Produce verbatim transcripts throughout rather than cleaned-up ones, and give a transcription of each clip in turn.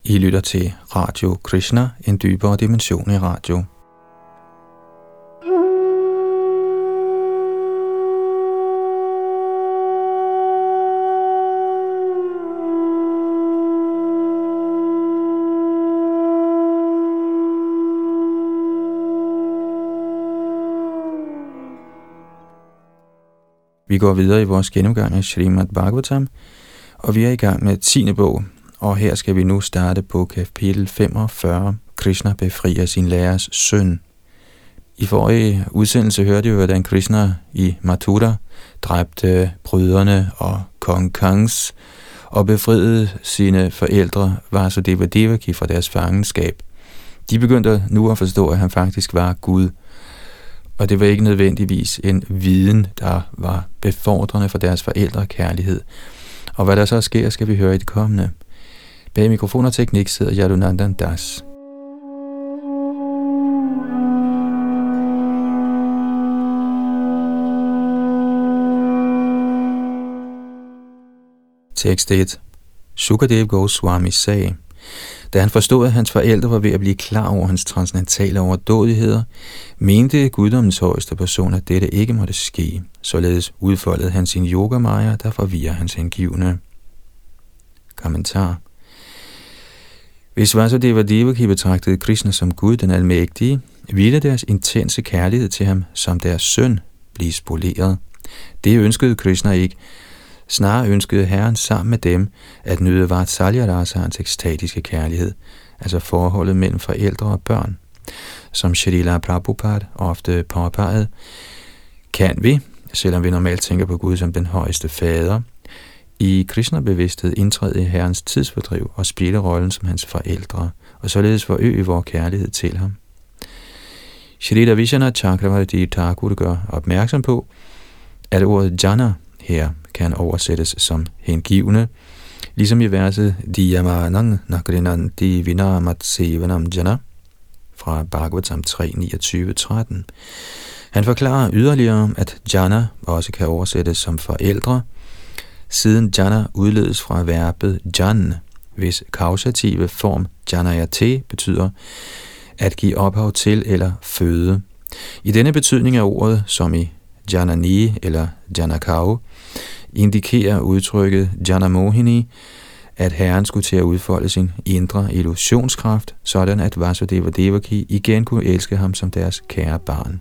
I lytter til Radio Krishna, en dybere dimension i radio. Vi går videre i vores gennemgang af Srimad Bhagavatam, og vi er i gang med tiende bog, og her skal vi nu starte på kapitel femogfyrre. Krishna befrier sin lærers søn. I forrige udsendelse hørte vi, hvordan Krishna i Mathura dræbte brødrene og kong Kangs og befriede sine forældre Vasudeva og Devaki fra deres fangenskab. De begyndte nu at forstå, at han faktisk var Gud, og det var ikke nødvendigvis en viden, der var befordrende for deres forældrekærlighed. Og hvad der så sker, skal vi høre i det kommende. Bag mikrofon og teknik sidder Yadunandan Das. Tekst et. Sukadev Goswami sagde, da han forstod, at hans forældre var ved at blive klar over hans transcendentale overdådigheder, mente guddommens højeste person, at dette ikke måtte ske. Således udfoldede han sin yogamaya, der forvirrer hans hengivne. Kommentar. Hvis Vasudeva og Devaki betragtede Krishna som Gud den almægtige, ville deres intense kærlighed til ham som deres søn blive spoleret. Det ønskede Krishna ikke. Snarere ønskede Herren sammen med dem at nyde Vatsalya-rasans ekstatiske kærlighed, altså forholdet mellem forældre og børn. Som Shrila Prabhupada ofte påpegede, kan vi, selvom vi normalt tænker på Gud som den højeste fader, i Krishna-bevidsthed indtræde i Herrens tidsfordriv og spille rollen som hans forældre, og således forøge vores kærlighed til ham. Shrita Vishwanath Chakravarti Thakur gør opmærksom på, at ordet jana her kan oversættes som hengivne, ligesom i verset Diyamanang Nakrinanti Vinamat Sevanam Jana fra Bhagavatam tre, niogtyve tretten. Han forklarer yderligere, at jana også kan oversættes som forældre, siden jana udledes fra verbet jan, hvis kausative form janayate betyder at give ophav til eller føde. I denne betydning er ordet, som i janani eller janakau, indikerer udtrykket janamohini, at Herren skulle til at udfolde sin indre illusionskraft, sådan at Vasudeva og Devaki igen kunne elske ham som deres kære barn.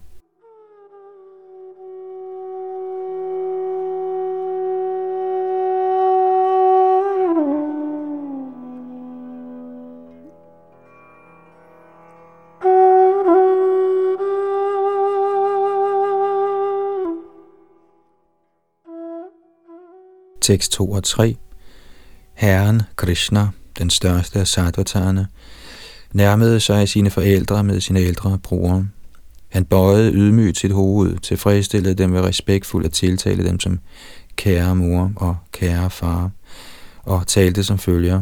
Tekst to og tre. Herren Krishna, den største af sattvatarne, nærmede sig sine forældre med sine ældre bror. Han bøjede ydmygt sit hoved, tilfredsstillede dem ved respektfuldt at tiltale dem som kære mor og kære far, og talte som følger.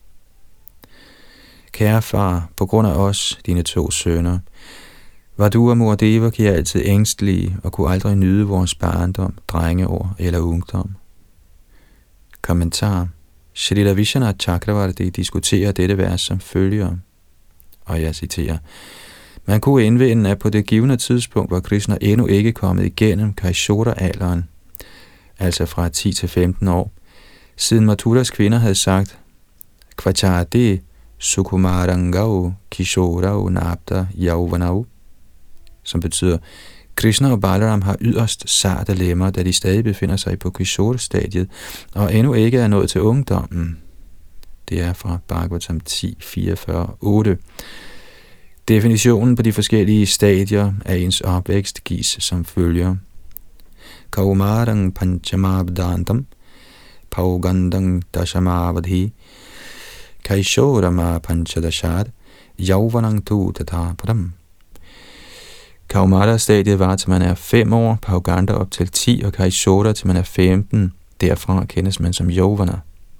Kære far, på grund af os, dine to sønner, var du og mor Devaki altid ængstelige og kunne aldrig nyde vores barndom, drengeår eller ungdom. Kommentar. Shrita Vishwanath Chakravarti diskuterer dette vers som følger, og jeg citerer: man kunne indvende, at på det givne tidspunkt var Krishna endnu ikke kommet igennem Kaishora-alderen, altså fra ti til femten år, siden Mathuras kvinder havde sagt, Kvachade Sukumarangau Kishorau Nabda Yauvanau, som betyder, Krishna og Balaram har yderst sarte lemmer, da de stadig befinder sig på Kishore-stadiet, og endnu ikke er nået til ungdommen. Det er fra Bhagavatam ti, fireogfyrre, otte. Definitionen på de forskellige stadier af ens opvækst gives som følger. Kaumarang panchamabdantam, paugandang dashamavadhi, kaishorama panchadashad, yauvanang tu tathapadam. Kaumara-stadiet var til man er fem år, Pauganda op til ti, og Kaishora til man er femten. Derfra kendes man som Yovana.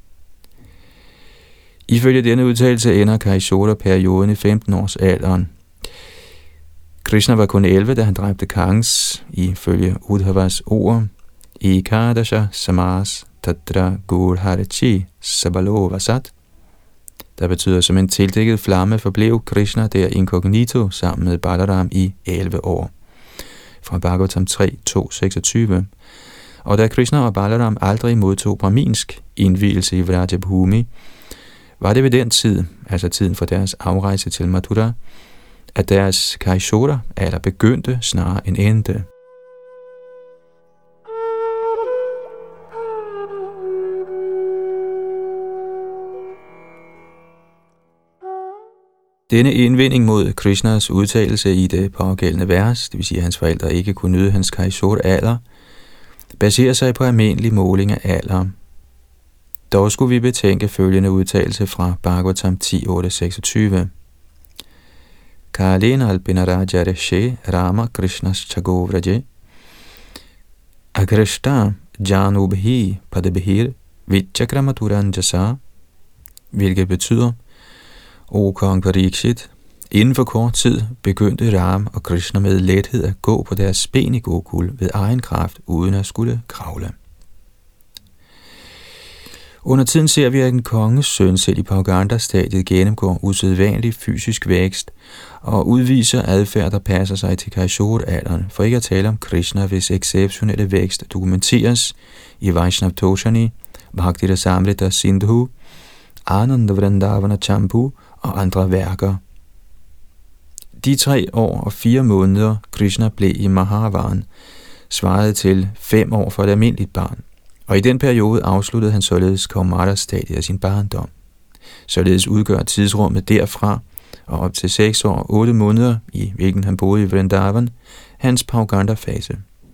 Ifølge denne udtalelse ender Kaishora-perioden i femten års alderen. Krishna var kun elleve, da han dræbte Kangs, ifølge Udhavas ord. Ekadasha samas tatra gurharichi sabalo vasat. der betyder som en tildækket flamme, forblev Krishna der inkognito sammen med Balaram i elleve år. Fra Bhagavatam tre, to, seksogtyve. Og da Krishna og Balaram aldrig modtog brahminsk indvielse i Vrajabhumi, var det ved den tid, altså tiden for deres afrejse til Mathura, at deres Kaishora alder begyndte snarere end endte. Denne indvending mod Krishnas udtalelse i det pågældende vers, det vil sige at hans forældre ikke kunne nyde hans Kaishora alder, baserer sig på almindelig måling af alder. Dog skulle vi betænke følgende udtalelse fra Bhagavatam ti, otte, seksogtyve. Kalena alpinaraja reshe Rama Krishnas chagovraje agrishta janubhi padabhir vichakramaturandjasa, hvilket betyder: O kong Parikshit, inden for kort tid begyndte Ram og Krishna med lethed at gå på deres ben i Gokul ved egen kraft, uden at skulle kravle. Under tiden ser vi, at en konges søn selv i Pauganda-stadiet gennemgår usædvanlig fysisk vækst og udviser adfærd, der passer sig til Kaishora-alderen, for ikke at tale om Krishna, hvis exceptionelle vækst dokumenteres i Vaishnav Toshani, Bhakti Rasamrita Sindhu, Ananda Vrindavana Champu og andre værker. De tre år og fire måneder, Krishna blev i Mahavaran, svarede til fem år for et almindeligt barn, og i den periode afsluttede han således Kaumara-stadiet af sin barndom. Således udgør tidsrummet derfra og op til seks år og otte måneder, i hvilken han boede i Vrindavan, hans Pauganda-fase.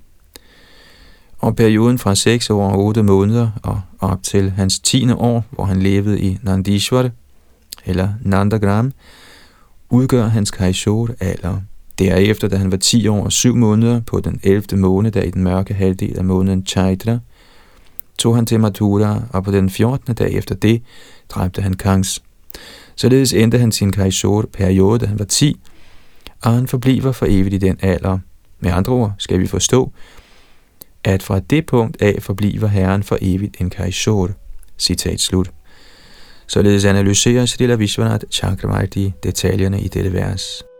Og perioden fra seks år og otte måneder og op til hans tiende år, hvor han levede i Nandishwar, eller Nandagram, udgør hans Kaishora-alder. Derefter, da han var ti år og syv måneder på den ellevte månedag i den mørke halvdel af måneden Chaitra, tog han til Mathura, og på den fjortende dag efter det dræbte han Kans. Således endte han sin Kaishora-periode, da han var ti, og han forbliver for evigt i den alder. Med andre ord skal vi forstå, at fra det punkt af forbliver Herren for evigt en Kaishora. Citat slut. Således analyserer Srila Vishwanath Chakravarti detaljerne i dette vers.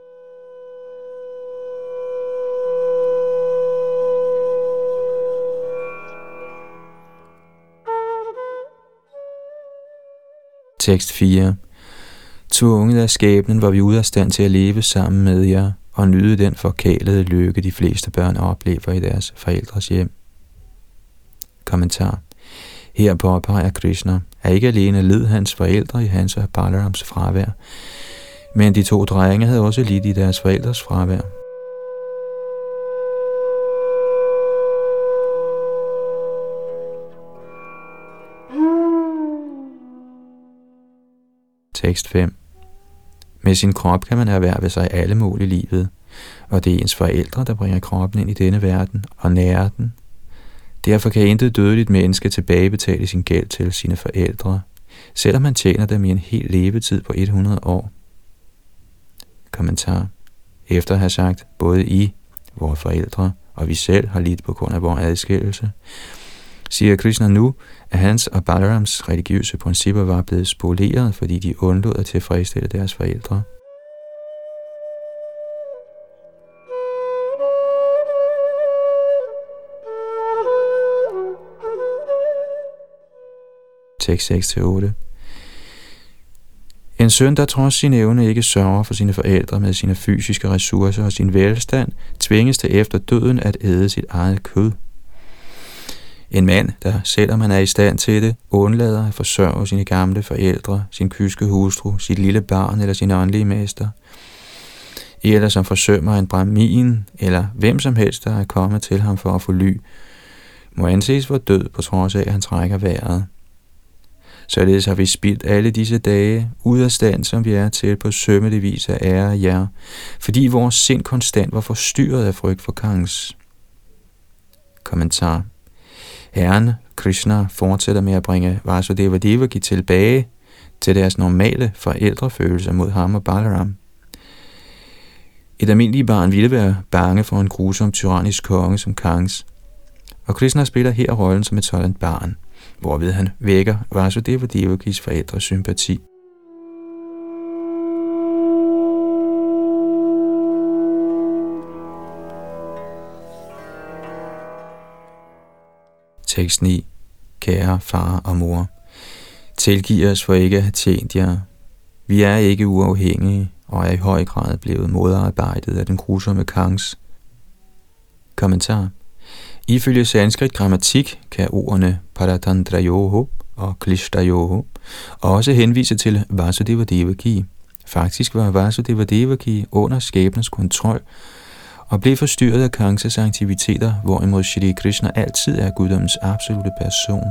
Tekst fire. Tvunget af skæbnen var vi ude af stand til at leve sammen med jer og nyde den forkælede lykke, de fleste børn oplever i deres forældres hjem. Kommentar. Her påpeger Krishna, at ikke alene led hans forældre i hans og Balarams fravær, men de to drenge havde også lidt i deres forældres fravær. Tekst fem. Med sin krop kan man erhverve sig alle mål i livet, og det er ens forældre, der bringer kroppen ind i denne verden og nærer den. Derfor kan intet dødeligt menneske tilbagebetale sin gæld til sine forældre, selvom man tjener dem i en hel levetid på hundrede år. Kommentar. Efter at have sagt, både I, vores forældre og vi selv har lidt på grund af vores adskillelse, siger Krishna nu, at hans og Balarams religiøse principper var blevet spoleret, fordi de undlod at tilfredsstille deres forældre. Tekst seks til otte. En søn, der trods sin evne ikke sørger for sine forældre med sine fysiske ressourcer og sin velstand, tvinges til efter døden at æde sit eget kød. En mand, der selvom han er i stand til det, undlader at forsørge sine gamle forældre, sin kyske hustru, sit lille barn eller sin åndelige mester, eller som forsømmer en brahmin, eller hvem som helst, der er kommet til ham for at få ly, må anses for død på trods af, at han trækker vejret. Således har vi spildt alle disse dage ud af stand, som vi er til på sømmelig vis at ære jer, fordi vores sind konstant var forstyrret af frygt for Kangs. Kommentar. Herren Krishna fortsætter med at bringe Vasudeva Devaki tilbage til deres normale forældrefølelse mod ham og Balaram. Et almindeligt barn ville være bange for en grusom tyrannisk konge som Kangs, og Krishna spiller her rollen som et sådan barn, hvorved han vækker Vasudeva Devakis forældres sympati. Tekst ni. Kære far og mor, tilgiv os for ikke at have tjent jer. Vi er ikke uafhængige og er i høj grad blevet modarbejdet af den grusomme Kangs. Kommentar. Ifølge sanskrit grammatik kan ordene Paratantrayoho og Klishtayoho også henvise til Vasudeva Devaki. Faktisk var Vasudeva Devaki under skæbnens kontrol og blev forstyrret af Kangsas aktiviteter, hvorimod Shri Krishna altid er guddommens absolute person.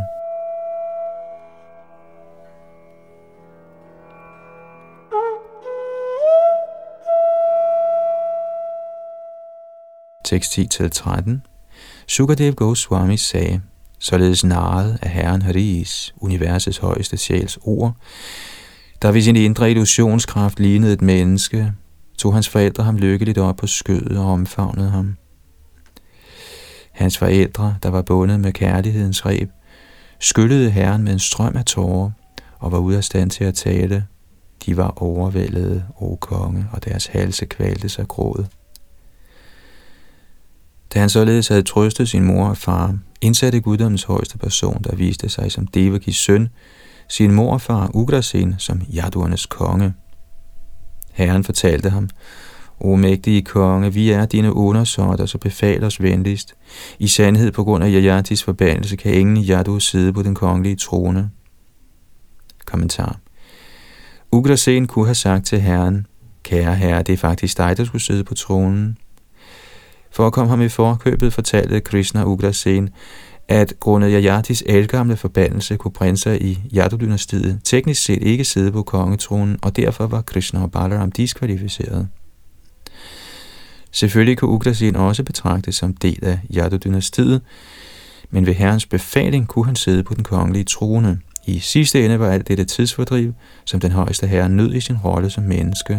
Tekst ti til tretten. Shukadev Goswami sagde, således narret af Herren Haris, universets højeste sjæls ord, der ved sin indre illusionskraft lignede et menneske, tog hans forældre ham lykkeligt op på skødet og omfavnede ham. Hans forældre, der var bundet med kærlighedens reb, skyllede Herren med en strøm af tårer og var ude af stand til at tale. De var overvældede, o konge, og deres halse kvalte sig gråd. Da han således havde trøstet sin mor og far, indsatte guddommens højeste person, der viste sig som Devakis søn, sin mor og far Ugrasen som Yaduernes konge. Herren fortalte ham, o mægtige konge, vi er dine undersåtter, så befal os venligst. I sandhed på grund af Yayatis forbandelse kan ingen Yadu sidde på den kongelige trone. Kommentar. Ugrasen kunne have sagt til Herren, kære herre, det er faktisk dig, der skulle sidde på tronen. For at komme ham i forkøbet fortalte Krishna Ugrasen, at grundet Yayatis ældgamle forbandelse kunne prinser i Yadu-dynastiet teknisk set ikke sidde på kongetronen, og derfor var Krishna og Balaram diskvalificeret. Selvfølgelig kunne Ugrasen også betragtes som del af Yadu-dynastiet, men ved herrens befaling kunne han sidde på den kongelige trone. I sidste ende var alt dette tidsfordriv, som den højeste herre nød i sin rolle som menneske.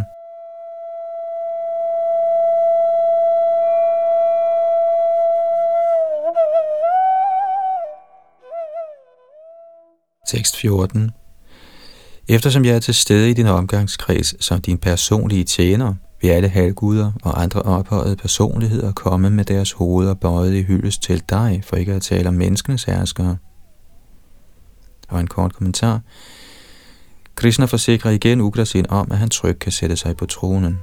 Tekst fjorten. Eftersom jeg er til stede i din omgangskreds som din personlige tjener, vil alle halvguder og andre ophøjede personligheder komme med deres hoveder bøjet i hyldest til dig, for ikke at tale om menneskenes herskere. Og en kort kommentar. Krishna forsikrer igen Ugrasen om, at han trygt kan sætte sig på tronen.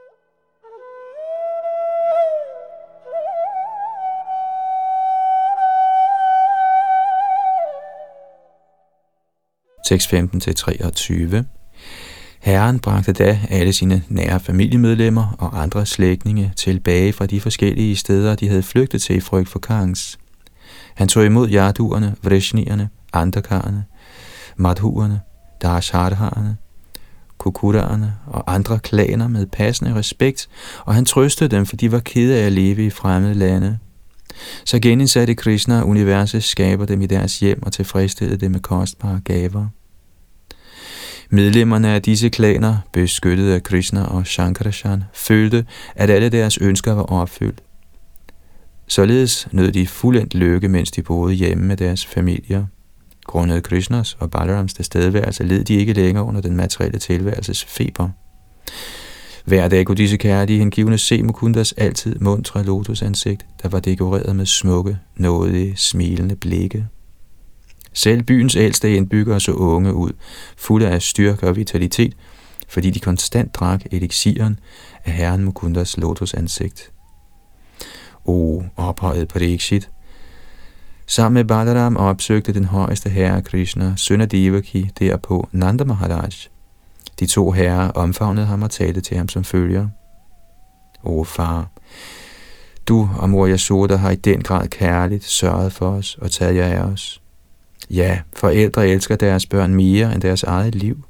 Tekst femten til treogtyve. Herren bragte da alle sine nære familiemedlemmer og andre slægtninge tilbage fra de forskellige steder, de havde flygtet til i frygt for Kangs. Han tog imod Yaduerne, Vrishnierne, Andakarerne, Madhuerne, Dasharharerne, Kukuraerne og andre klaner med passende respekt, og han trøstede dem, for de var kede af at leve i fremmede lande. Så genindsatte Krishna universets skaber dem i deres hjem og tilfredsstillede dem med kostbare gaver. Medlemmerne af disse klaner, beskyttet af Krishna og Shankarachan, følte, at alle deres ønsker var opfyldt. Således nød de fuldendt lykke, mens de boede hjemme med deres familier. Grundet Krishnas og Balarams tilstedeværelse led de ikke længere under den materielle tilværelses feber. Hver dag kunne disse kærlige hengivne se Mukundas altid muntre lotusansigt, der var dekoreret med smukke, nådige, smilende blikke. Selv byens ældste indbyggere så unge ud, fulde af styrke og vitalitet, fordi de konstant drak elixiren af herren Mukundas lotusansigt. O, ophøjet Parikshit! Sammen med Balaram opsøgte den højeste herre Krishna, søn af Devaki, derpå Nanda Maharaj. De to herrer omfavnede ham og talte til ham som følger. O far, du og mor Yashoda har i den grad kærligt sørget for os og taget jer af os. Ja, forældre elsker deres børn mere end deres eget liv.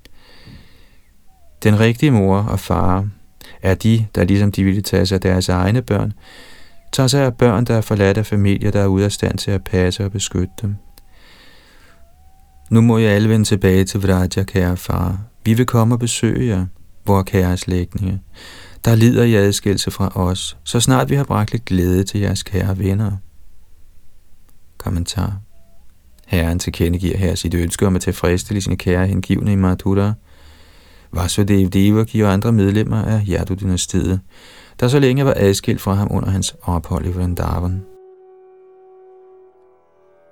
Den rigtige mor og far er de, der ligesom de ville tage sig af deres egne børn, tager sig af børn, der er forladt af familier, der er ude af stand til at passe og beskytte dem. Nu må jeg alle vende tilbage til Vraja, kære far. Vi vil komme og besøge jer, vor kære slægtninge, der lider i adskillelse fra os, så snart vi har bragt lidt glæde til jeres kære venner. Kommentar. Herren tilkendegiver her sit ønske om at tilfredsstille sine kære hengivne i Mathura, Vasudev Devaki og andre medlemmer af Yadu-dynastiet, der så længe var adskilt fra ham under hans ophold i Vrindavan.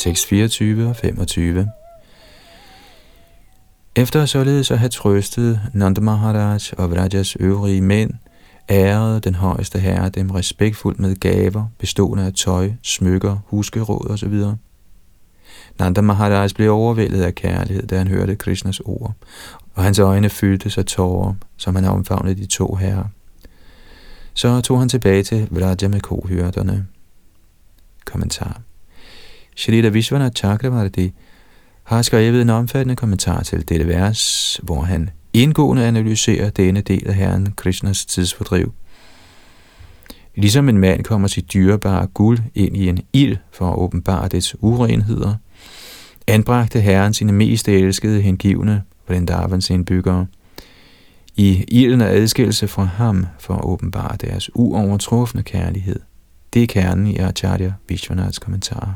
Tekst fireogtyve og femogtyve. Efter således at have trøstet Nanda Maharaj og Vrajas øvrige mænd, ærede den højeste herre dem respektfuldt med gaver, bestående af tøj, smykker, huskeråd osv. Nanda Maharaj blev overvældet af kærlighed, da han hørte Krishnas ord, og hans øjne fyldtes af tårer, som han omfavnede de to herrer. Så tog han tilbage til Vraja med kohyrderne. Kommentar. Shrita Vishwanath Chakravarti har skrevet en omfattende kommentar til dette vers, hvor han indgående analyserer denne del af herren Krishnas tidsfordriv. Ligesom en mand kommer sit dyrebare guld ind i en ild for at åbenbare dets urenheder, anbragte herren sine mest elskede hengivne, Vrindavans indbyggere, i ilden af adskillelse fra ham for at åbenbare deres uovertrufne kærlighed. Det er kernen i Acharya Vishwanaths kommentarer.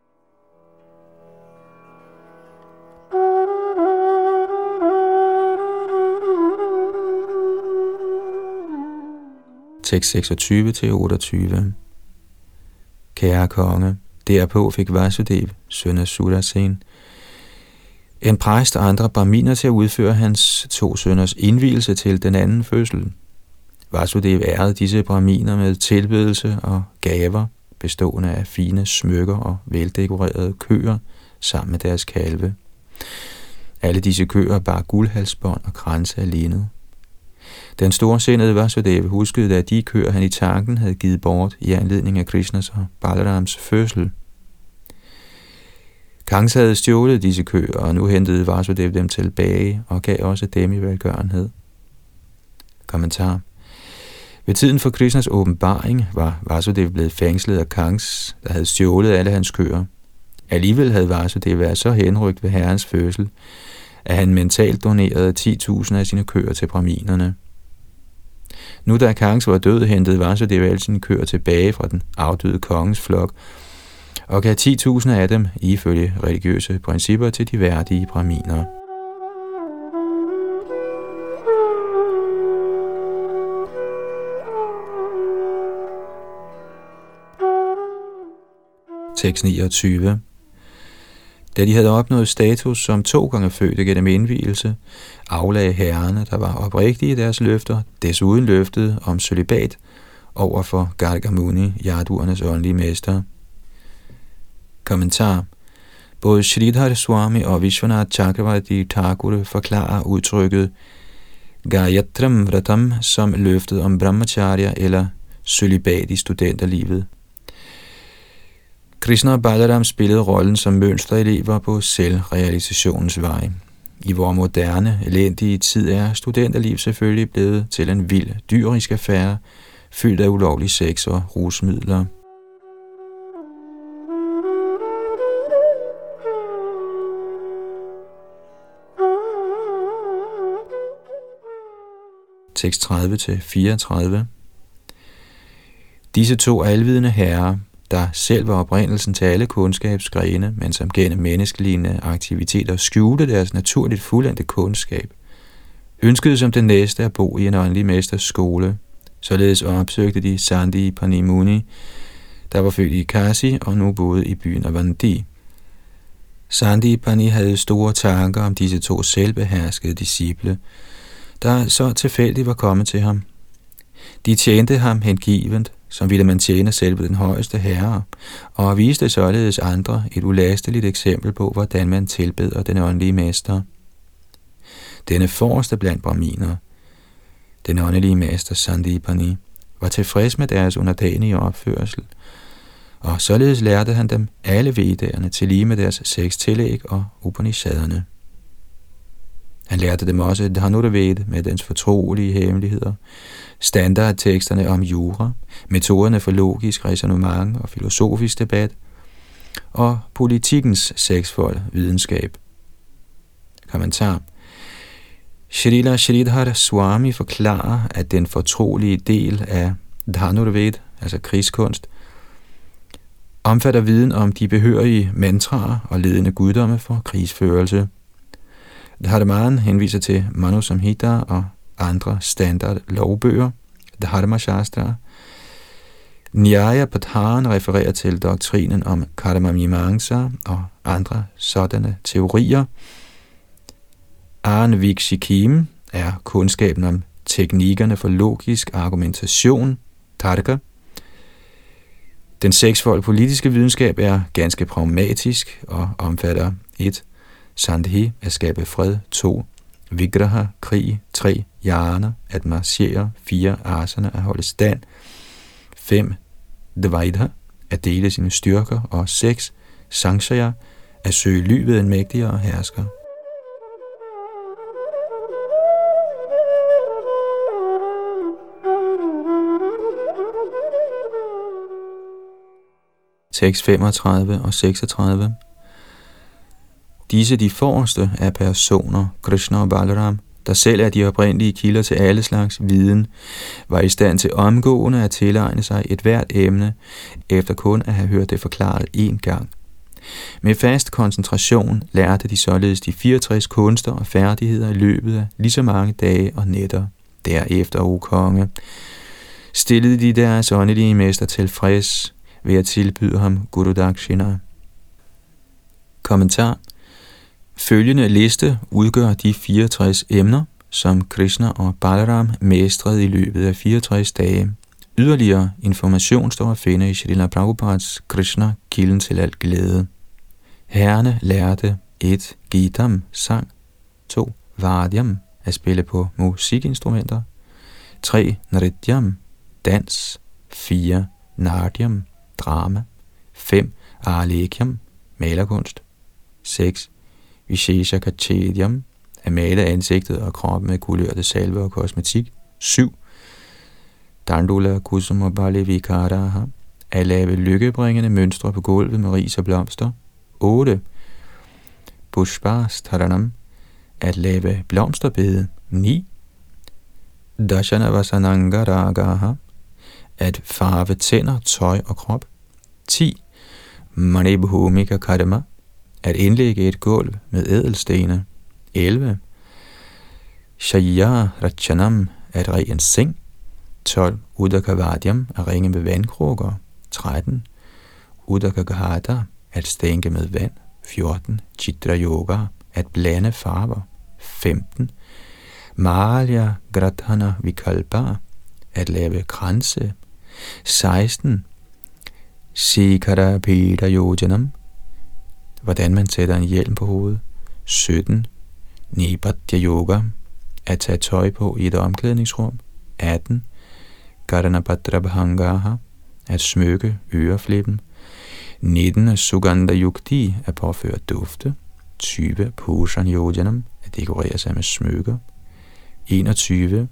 Tekst seksogtyve til otteogtyve. Kære konge, derpå fik Vasudev, søn af Sudasen, en præst og andre brahminer til at udføre hans to sønners indvielse til den anden fødsel. Vasudev ærede disse brahminer med tilbedelse og gaver, bestående af fine smykker og veldekorerede køer, sammen med deres kalve. Alle disse køer bar guldhalsbånd og kranse af linned. Den storsindede Vasudev huskede, at de køer, han i tanken havde givet bort i anledning af Krishnas og Balarams fødsel. Kangs havde stjålet disse køer, og nu hentede Vasudev dem tilbage og gav også dem i velgørenhed. Kommentar. Ved tiden for Krishnas åbenbaring var Vasudev blevet fængslet af Kangs, der havde stjålet alle hans køer. Alligevel havde Vasudev været så henrygt ved herrens fødsel, at han mentalt donerede ti tusind af sine køer til brahminerne. Nu da Kangs var død, hentede Vasudev alle sine køer tilbage fra den afdøde kongens flok, og gav ti tusind af dem ifølge religiøse principper til de værdige brahminer. Tekst niogtyve. Da de havde opnået status som to gange fødte gennem indvielse, aflagde herrerne, der var oprigtige i deres løfter, desuden løftet om cølibat over for Garga Muni, Yadurernes åndelige mester. Kommentar. Både Sridhar Swami og Vishwanath Chakravarti Thakur forklarer udtrykket Gayatram Vratam som løftet om brahmacharya eller cølibat i studenterlivet. Krishna og Balaram spillede rollen som mønsterelever på selvrealisationens vej. I vores moderne, elendige tid er studenterliv selvfølgelig blevet til en vild, dyrisk affære, fyldt af ulovlig sex og rusmidler. Tekst tredive til fireogtredive. Disse to alvidende herrer, der selv var oprindelsen til alle kundskabsgrene, men som gennem menneskelignende aktiviteter skjulte deres naturligt fuldendte kundskab, ønskede som den næste at bo i en åndelig mesters skole. Således opsøgte de Sandipani Muni, der var født i Kasi og nu boede i byen Avanti. Sandipani havde store tanker om disse to selvbeherskede disciple, der så tilfældigt var kommet til ham. De tjente ham hengivent, som ville man tjene selv den højeste herre, og viste således andre et ulasteligt eksempel på, hvordan man tilbeder den åndelige mester. Denne forreste blandt brahminer, den åndelige mester Sandipani, var tilfreds med deres underdanige opførsel, og således lærte han dem alle vedderne til lige med deres seks tillæg og Upanishaderne. Han lærte dem også Dhanurved med dens fortrolige hemmeligheder, standardteksterne om jura, metoderne for logisk ræsonnement og filosofisk debat, og politikkens seksfold videnskab. Kommentar. Srila Sridhar Swami forklarer, at den fortrolige del af Dhanurved, altså krigskunst, omfatter viden om de behørige mantraer og ledende guddomme for krigsførelse. Dharman henviser til Manu Samhita og andre standard lovbøger, Dharma Shastra. Nyaya Padhan refererer til doktrinen om Karma Mimamsa og andre sådanne teorier. Anvikshikim er kundskaben om teknikkerne for logisk argumentation, tarka. Den seksfoldige politiske videnskab er ganske pragmatisk og omfatter et Sandhi, at skabe fred, to Vigraha, krig, tre Jana, at marchere, fire Asana, at holde stand, fem Dvaidha, at dele sine styrker, og seks Sanshaya, at søge ly ved en mægtigere hersker. Tekst femogtredive og seksogtredive. Disse de forreste af personer, Krishna og Balaram, der selv er de oprindelige kilder til alle slags viden, var i stand til omgående at tilegne sig et hvert emne, efter kun at have hørt det forklaret én gang. Med fast koncentration lærte de således de fireogtres kunster og færdigheder i løbet af lige så mange dage og nætter. Derefter, o konge, stillede de deres åndelige mester tilfreds ved at tilbyde ham Guru Dakshina. Kommentar. Følgende liste udgør de fireogtres emner, som Krishna og Balaram mestrede i løbet af fireogtres dage. Yderligere information står at finde i Srila Prabhupads Krishna, kilden til alt glæde. Herrene lærte et Gitam, sang, to Vadyam, at spille på musikinstrumenter, tre Nrityam, dans, fire Natyam, drama, fem Alekyam, malerkunst, seks Vishesha Kachedyam, at male ansigtet og kroppen med kulørte salve og kosmetik, syv Dandula Kusuma Bali Vikaraha, at lave lykkebringende mønstre på gulvet med ris og blomster, otte Pushpas Taranam, at lave blomsterbede, ni Dashana Vasananga Ragaha, at farve tænder, tøj og krop, ti Manibhumika Kadama, at indlægge et gulv med ædelstene, elleve Shaya Rachanam, at ræge en seng, tolv Udakavadyam, at ringe med vandkrukker, tretten Udakagahata, at stænke med vand, fjorten Chitra Yoga, at blande farver, femten Malya Gradhana Vikalpa, at lave kranse, seksten Sikara Peda Yojanam, hvordan man sætter en hjelm på hovedet, sytten Nipatya Yoga, at tage tøj på i et omklædningsrum, atten Karanapatra Bhangaha, at smykke øreflippen, nitten Sugandha Yukti, at påføre dufte, tyve Pushan Yojanam, at dekorere sig med smykker, enogtyve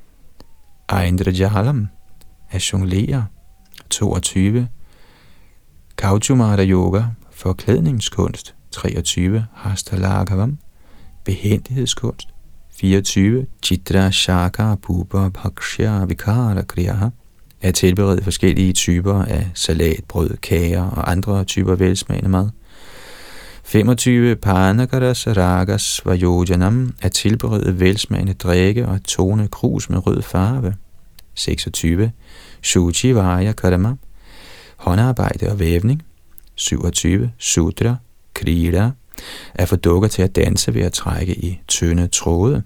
Aindrajalam, at jonglere, toogtyve Kauchumara Yoga, forklædningskunst, treogtyve Hastalaghavam, behændighedskunst, fireogtyve Chitra Shaka Pupa Bhakshya Vikara Kriyaha, at tilberede forskellige typer af salat, brød, kager og andre typer velsmagende mad, femogtyve Panakaras Ragas Vajojanam, at tilberede velsmagende drikke og tone krus med rød farve, seksogtyve Shuchi Vaya Karama, håndarbejde og vævning, syvogtyve Sudra Krida, at få dukker til at danse ved at trække i tynde tråde,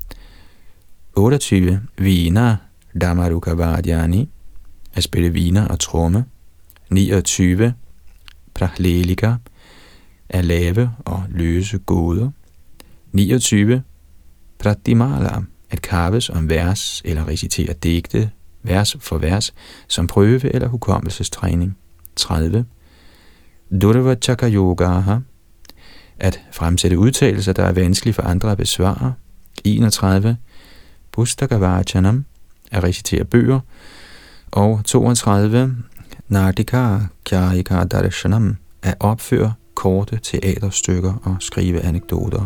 otteogtyve Vina Damarukavadyani, at spille viner og tromme, niogtyve Prahlelika, at lave og løse gåder, niogtyve Pratimala, at kappes om vers eller recitere digte, vers for vers, som prøve- eller hukommelsestræning, tredive Durvachaka Yogaha, at fremsætte udtalelser, der er vanskelige for andre at besvare, enogtredive Pustakavachanam, at recitere bøger, og toogtredive Nardika Kyarika Darshanam, at opføre korte teaterstykker og skrive anekdoter.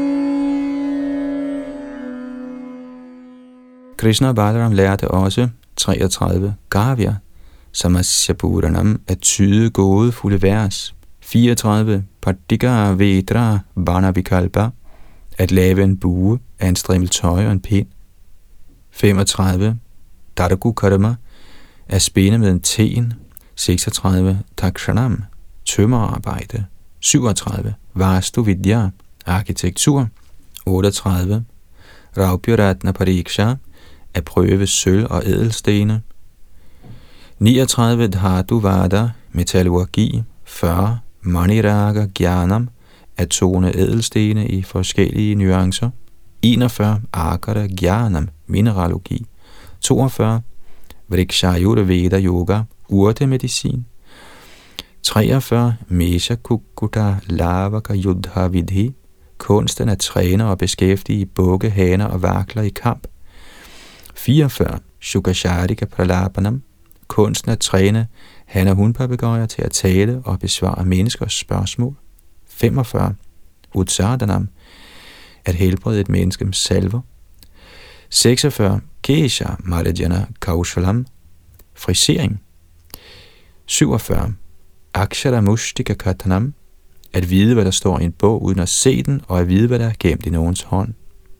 Krishna og Balaram lærte også treogtredive. Kavya, Samasya Puranam, at tyde gådefulde vers. fireogtredive. Patika Vedra Banavikalpa, at lave en bue af en strimmel tøj og en pind. femogtredive. Daragu Karma, at spænde med en ten. seksogtredive. Takshanam, tømmerarbejde. syvogtredive. Vastu Vidya, arkitektur. otteogtredive. Raupyaratna Pariksha, at prøve sølv og ædelstene. niogtredive. Dhatu Vada, metallurgi. fyrre. Maniraga Gyanam, at tone ædelstene i forskellige nuancer. enogfyrre. Akara Gyanam, mineralogi. toogfyrre. Vrikshayura Veda Yoga, urtemedicin. treogfyrre. Mesha Kukkuta Lavaka Yudha Vidhi, kunsten at træne og beskæftige bukke, haner og vakler i kamp. fireogfyrre. Shukasharika Pralapanam, kunsten at træne han- og hunpapegøjer til at tale og besvare menneskers spørgsmål. femogfyrre. Utsadanam, at helbrede et menneske med salver. seksogfyrre. Kesha Marajana Kaushalam, frisering. syvogfyrre. Akshara Mushtika Katanam, at vide, hvad der står i en bog uden at se den, og at vide, hvad der er gemt i nogens hånd.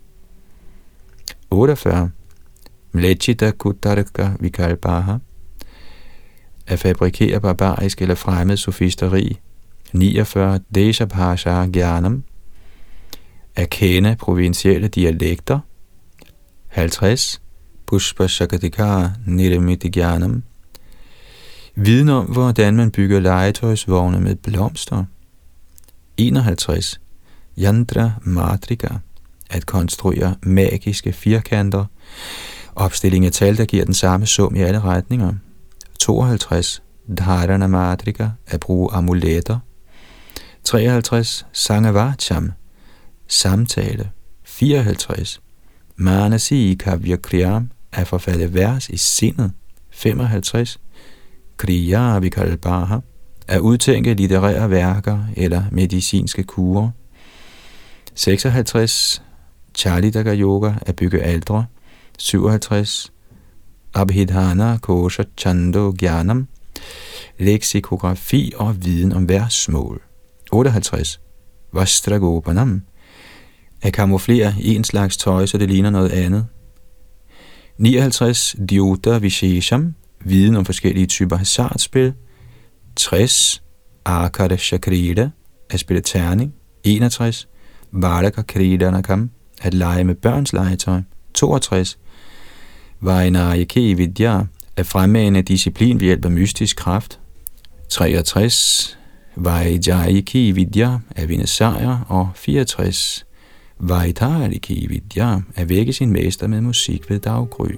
otteogfyrre. Mlechita Kutarka Vikalpaha, at fabrikere barbarisk eller fremmed sofisteri. niogfyrre. Deshabhasha Gyanam, at kende provincielle dialekter. halvtreds. Pushpa Shakatikara Nirmiti Gyanam, viden om, hvordan man bygger legetøjsvogne med blomster. enoghalvtreds. Yantra Matrika, at konstruere magiske firkanter. Opstilling af tal, der giver den samme sum i alle retninger. tooghalvtreds. Dharana Matrika, at bruge amuletter. treoghalvtreds. Sangavacham, samtale. fireoghalvtreds. Manasi Kavya Kriyam, at forfatte vers i sindet. femoghalvtreds. Kriya Vikalpaha, at udtænke litterære værker eller medicinske kurer. seksoghalvtreds. Charlitaka Yoga, at bygge aldre. syvoghalvtreds. Abhidhana Kosha Chando Gyanam, leksikografi og viden om versmål. otteoghalvtreds. Vastragopanam, at kamuflere en slags tøj, så det ligner noget andet. nioghalvtreds. Dyota Vishesham, viden om forskellige typer hasardspil. tres. Akara Shakrida, at spille terning. enogtres. Balaka Kridanakam, at lege med børns legetøj. toogtres. Vainayake Vidya, at fremmane disciplin ved hjælp af mystisk kraft. treogtres. Vaijayake Vidya, at vinde sejr. Og fireogtres. Vaitarike Vidya, at vække sin mester med musik ved daggry.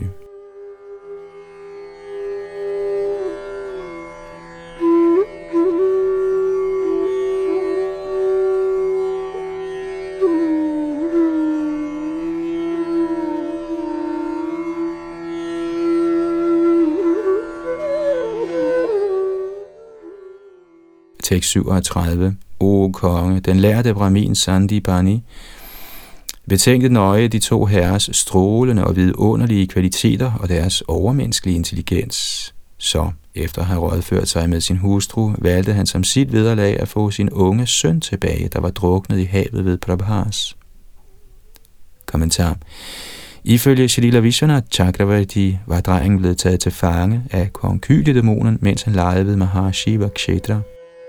Tekst syvogtredive. O konge, den lærte brahmin Sandipani, betænkte nøje de to herres strålende og vidunderlige kvaliteter og deres overmenneskelige intelligens. Så, efter at have rådført sig med sin hustru, valgte han som sit vederlag at få sin unge søn tilbage, der var druknet i havet ved Prabhas. Kommentar. Ifølge Shrila Vishwanath Chakravarti var drengen blevet taget til fange af konkylie-dæmonen, mens han legede ved Mahashiva Kshetra.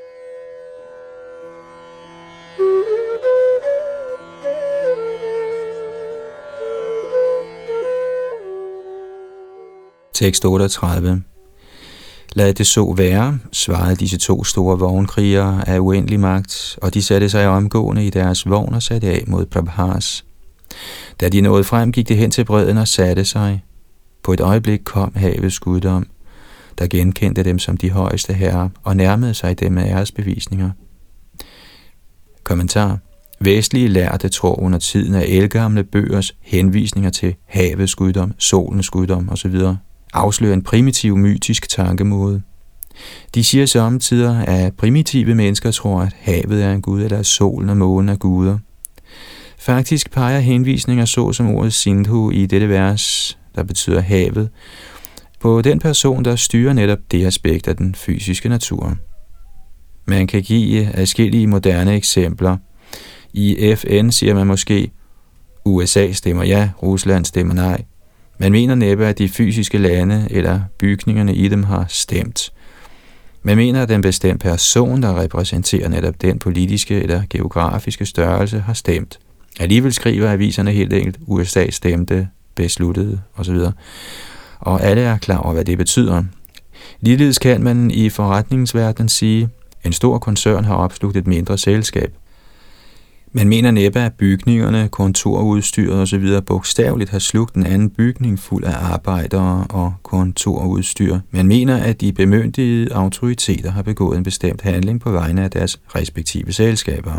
Tekst otteogtredive. Lad det så være, svarede disse to store vognkrigere af uendelig magt, og de satte sig omgående i deres vogn og satte af mod Prabhas. Da de nåede frem, gik de hen til bredden og satte sig. På et øjeblik kom havets guddom, der genkendte dem som de højeste herrer og nærmede sig dem med æresbevisninger. Kommentar. Vestlige lærte tror under tiden af ældgamle bøgers henvisninger til havets guddom, solens guddom osv. afslører en primitiv mytisk tankemåde. De siger samtidig, at primitive mennesker tror, at havet er en gud, eller at solen og månen er guder. Faktisk peger henvisninger så som ordet Sindhu i dette vers, der betyder havet, på den person, der styrer netop det aspekt af den fysiske natur. Man kan give adskillige moderne eksempler. I F N siger man måske, U S A stemmer ja, Rusland stemmer nej. Man mener næppe, at de fysiske lande eller bygningerne i dem har stemt. Man mener, at den bestemte person, der repræsenterer netop den politiske eller geografiske størrelse, har stemt. Alligevel skriver aviserne helt enkelt, U S A stemte, besluttede osv. Og alle er klar over, hvad det betyder. Ligeledes kan man i forretningsverdenen sige, en stor koncern har opslugt et mindre selskab. Man mener næppe, at bygningerne, kontorudstyret osv. bogstaveligt har slugt en anden bygning fuld af arbejdere og kontorudstyr. Man mener, at de bemyndigede autoriteter har begået en bestemt handling på vegne af deres respektive selskaber.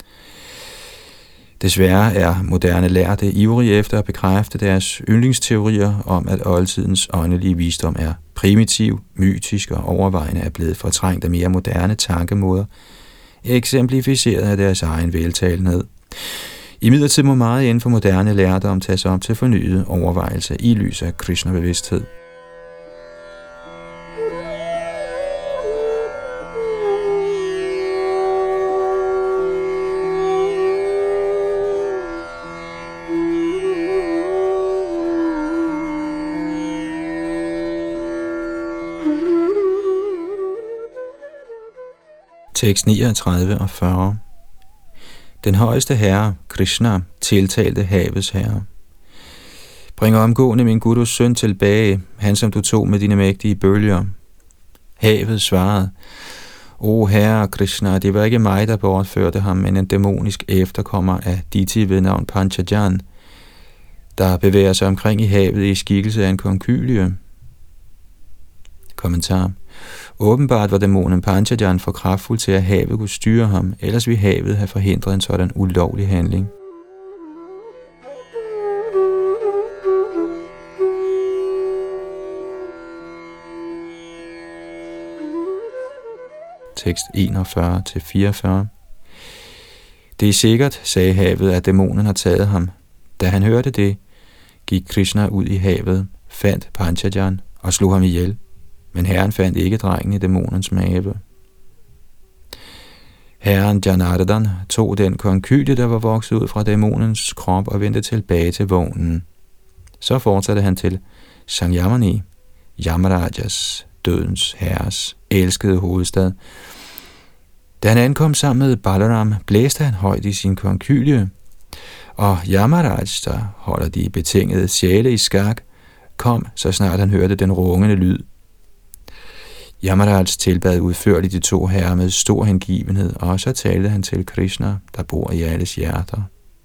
Desværre er moderne lærte ivrige efter at bekræfte deres yndlingsteorier om, at oldtidens åndelige visdom er primitiv, mytisk og overvejende er blevet fortrængt af mere moderne tankemåder, eksemplificeret af deres egen veltalenhed. Imidlertid må meget inden for moderne lærdom tages op til fornyet overvejelse i lys af Krishna-bevidsthed. Tekst niogtredive og fyrre. Den højeste herre, Krishna, tiltalte havets herre. Bring omgående min gurus søn tilbage, han som du tog med dine mægtige bølger. Havet svarede, O herre Krishna, det var ikke mig, der bortførte ham, men en dæmonisk efterkommer af Diti ved navn Panchajan, der bevæger sig omkring i havet i skikkelse af en konkylie. Kommentar. Åbenbart var dæmonen Panchajan for kraftfuld til, at havet kunne styre ham, ellers ville havet have forhindret en sådan ulovlig handling. Tekst enogfyrre til fireogfyrre. Det er sikkert, sagde havet, at dæmonen har taget ham. Da han hørte det, gik Krishna ud i havet, fandt Panchajan og slog ham ihjel. Men herren fandt ikke drengen i dæmonens mave. Herren Janardhan tog den konkylie, der var vokset ud fra dæmonens krop, og vendte tilbage til vognen. Så fortsatte han til Sangyamani, Yamarajas, dødens herres, elskede hovedstad. Da han ankom sammen med Balaram, blæste han højt i sin konkylie, og Yamaraj, der holder de betingede sjæle i skak, kom, så snart han hørte den rungende lyd. Yamaraj tilbad udførligt de to herrer med stor hengivenhed, og så talte han til Krishna, der bor i alles hjerter.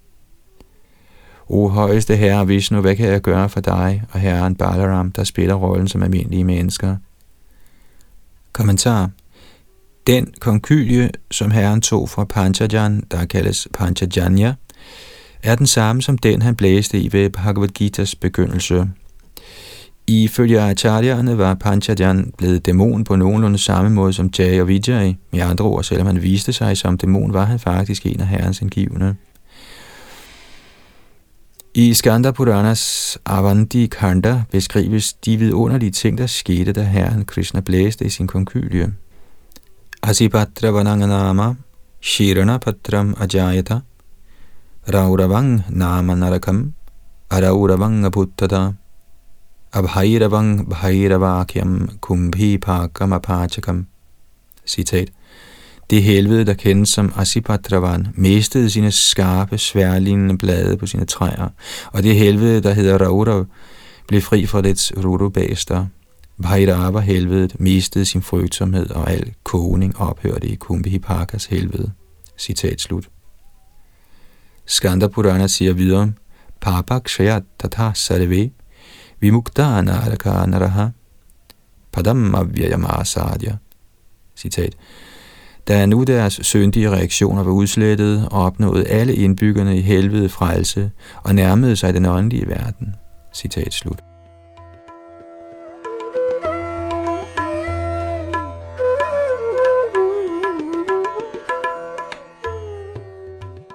O højeste herre Vishnu, hvad kan jeg gøre for dig og herren Balaram, der spiller rollen som almindelige mennesker? Kommentar. Den konkylie, som herren tog fra Panchajan, der kaldes Panchajanya, er den samme som den, han blæste i ved Bhagavad Gitas begyndelse. Ifølge acharyerne var Panchajan blevet dæmon på nogenlunde samme måde som Jay og Vijay. I andre ord, selvom han viste sig som dæmon, var han faktisk en af herrens hengivne. I Skanda Puranas Avanti Kanda beskrives de vidunderlige ting, der skete, da herren Krishna blæste i sin konkylie. Asipatra vananganama, Shirana patram ajayata, Rauravang nama narakam, Arauravang aputtata, Abhairavang bhairavakyam kumbhipakam apachakam. Citat. Det helvede, der kendes som Asipatravan, mistede sine skarpe, sværlignende blade på sine træer, og det helvede, der hedder Raurav, blev fri fra dets rurubaster. Bhairava-helvedet mistede sin frygtsomhed, og al kogning ophørte i Kumbhipakas helvede. Citat slut. Skanda Purana siger videre, Papakshayat tatha sarve, Vimukta anaraka naraha, padam avyayam asadya. Citat. Da nu deres syndige reaktioner var udslettet, opnåede alle indbyggerne i helvede frelse og nærmede sig den åndelige verden. Citat slut.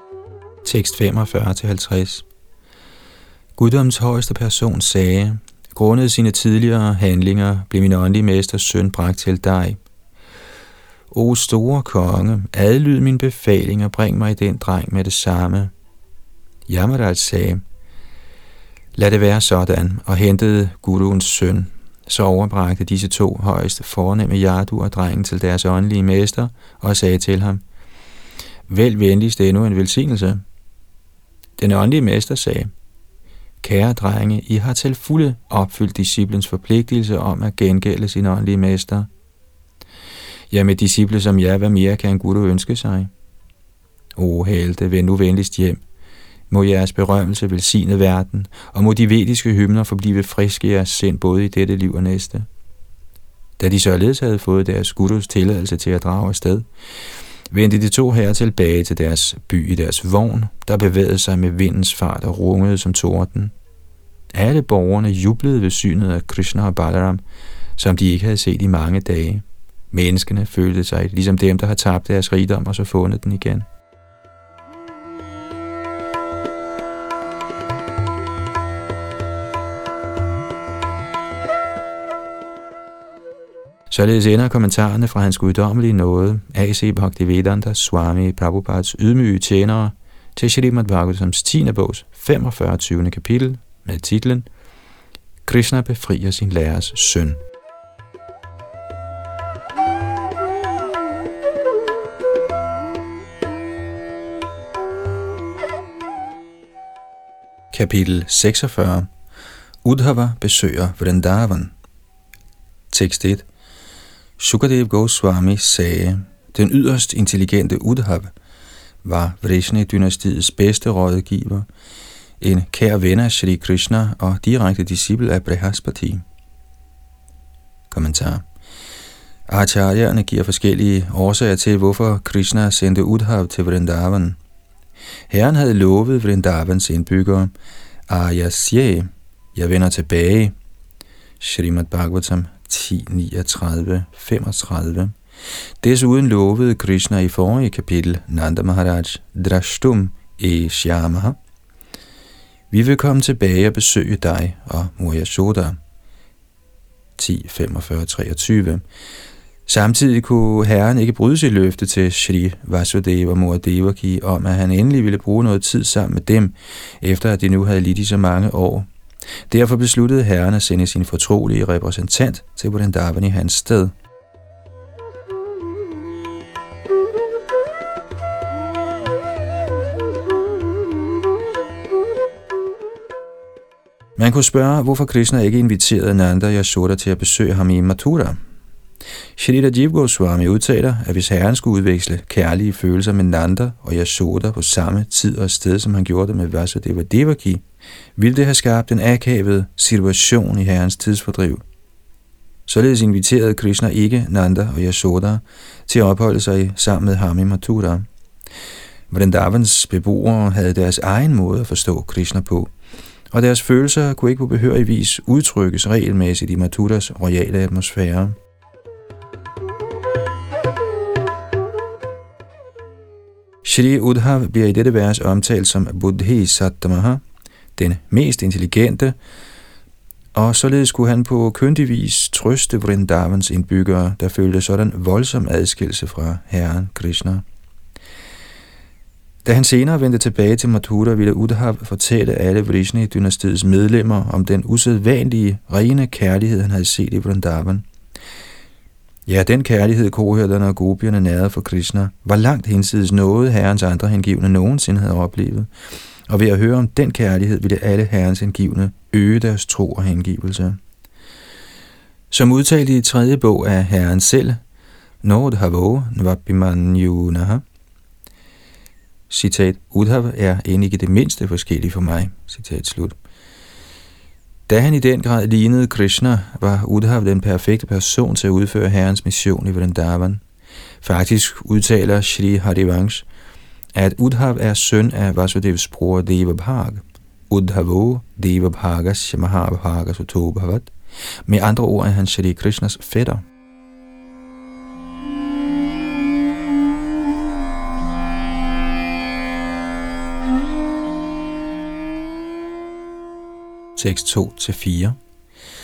Tekst femogfyrre til halvtreds. Guddoms højeste person sagde, Grundet sine tidligere handlinger blev min åndelige mesters søn bragt til dig. O store konge, adlyd min befaling og bring mig den dreng med det samme. Yamaraj sagde, lad det være sådan, og hentede Guruens søn. Så overbragte disse to højst fornemme Yadu og drengen til deres åndelige mester og sagde til ham, vælg venligst endnu en velsignelse. Den åndelige mester sagde, kære drenge, I har til fulde opfyldt disciplens forpligtelse om at gengælde sin åndelige mester. Ja, med disciple som jer, hvad mere kan en Guru ønske sig? O helte, vend nu venligst hjem. Må jeres berømmelse velsigne verden, og må de vediske hymner forblive friske i jeres sind både i dette liv og næste. Da de således havde fået deres gurus tilladelse til at drage afsted, vendte de to herrer tilbage til deres by i deres vogn, der bevægede sig med vindens fart og rungede som torden. Alle borgerne jublede ved synet af Krishna og Balaram, som de ikke havde set i mange dage. Menneskene følte sig ligesom dem, der har tabt deres rigdom og så fundet den igen. Således ender kommentarerne fra hans guddommelige nåde, A C Bhaktivedanta Swami Prabhupads ydmyge tjenere, til Srimad Bhagavatams tiende bogs femogfyrre tyvende kapitel med titlen Krishna befrier sin lærers søn. Kapitel seksogfyrre. Uddhava besøger Vrindavan. Tekst et. Sukadev Goswami sagde, den yderst intelligente Uddhava var Vrishni-dynastiets bedste rådgiver, en kær ven af Shri Krishna og direkte disciple af Brihaspati. Kommentar. Acharyerne giver forskellige årsager til, hvorfor Krishna sendte Uddhava til Vrindavan. Herren havde lovet Vrindavans indbyggere, Ayasye, jeg vender tilbage, Srimad Bhagavatam ti niogtredive femogtredive. Desuden lovede Krishna i forrige kapitel, Nanda Maharaj, Drashtum e Shyamaha, vi vil komme tilbage og besøge dig og Mor Yashoda, ti femogfyrre treogtyve. Samtidig kunne herren ikke bryde sit løfte til Shri Vasudeva og Mor Devaki om, at han endelig ville bruge noget tid sammen med dem, efter at de nu havde lidt i så mange år. Derfor besluttede herren at sende sin fortrolige repræsentant til Vrindavan i hans sted. Man kunne spørge, hvorfor Krishna ikke inviterede Nanda og Yashoda til at besøge ham i Mathura. Shri Rajiv Goswami udtaler, at hvis herren skulle udveksle kærlige følelser med Nanda og Yashoda på samme tid og sted, som han gjorde det med Vasudeva Devaki, ville det have skabt en akavet situation i herrens tidsfordriv. Således inviterede Krishna ikke Nanda og Yashoda til at opholde sig sammen med ham i Mathura. Vrindavans beboere havde deres egen måde at forstå Krishna på, og deres følelser kunne ikke på behørig vis udtrykkes regelmæssigt i Mathuras royale atmosfære. Shri Uddhava bliver i dette vers omtalt som Buddhi Sattamaha, den mest intelligente, og således kunne han på kyndig vis trøste Vrindavans indbyggere, der følte sådan voldsom adskillelse fra herren Krishna. Da han senere vendte tilbage til Mathura, ville Uddhava fortælle alle Vrishni-dynastiets medlemmer om den usædvanlige, rene kærlighed, han havde set i Vrindavan. Ja, den kærlighed, kohørterne og gopierne nærede for Krishna, var langt hinsides noget, herrens andre hengivne nogensinde havde oplevet. Og ved at høre om den kærlighed, ville alle herrens hengivne øge deres tro og hengivelse. Som udtalt i tredje bog af herren selv, Nordhavo Nvabhimanyunaha, citat, Uddhava er end ikke det mindste forskellig for mig, citat slut. Da han i den grad lignede Krishna, var Uddhava den perfekte person til at udføre herrens mission i Vrindavan. Faktisk udtaler Shri Harivansh, at Uddhava er søn af Vasudevs bror Devabhaga. Uddhavo Devabhagas Mahabhagas Utobhavat. Med andre ord er han Shri Krishnas fætter. Tekst to til fire.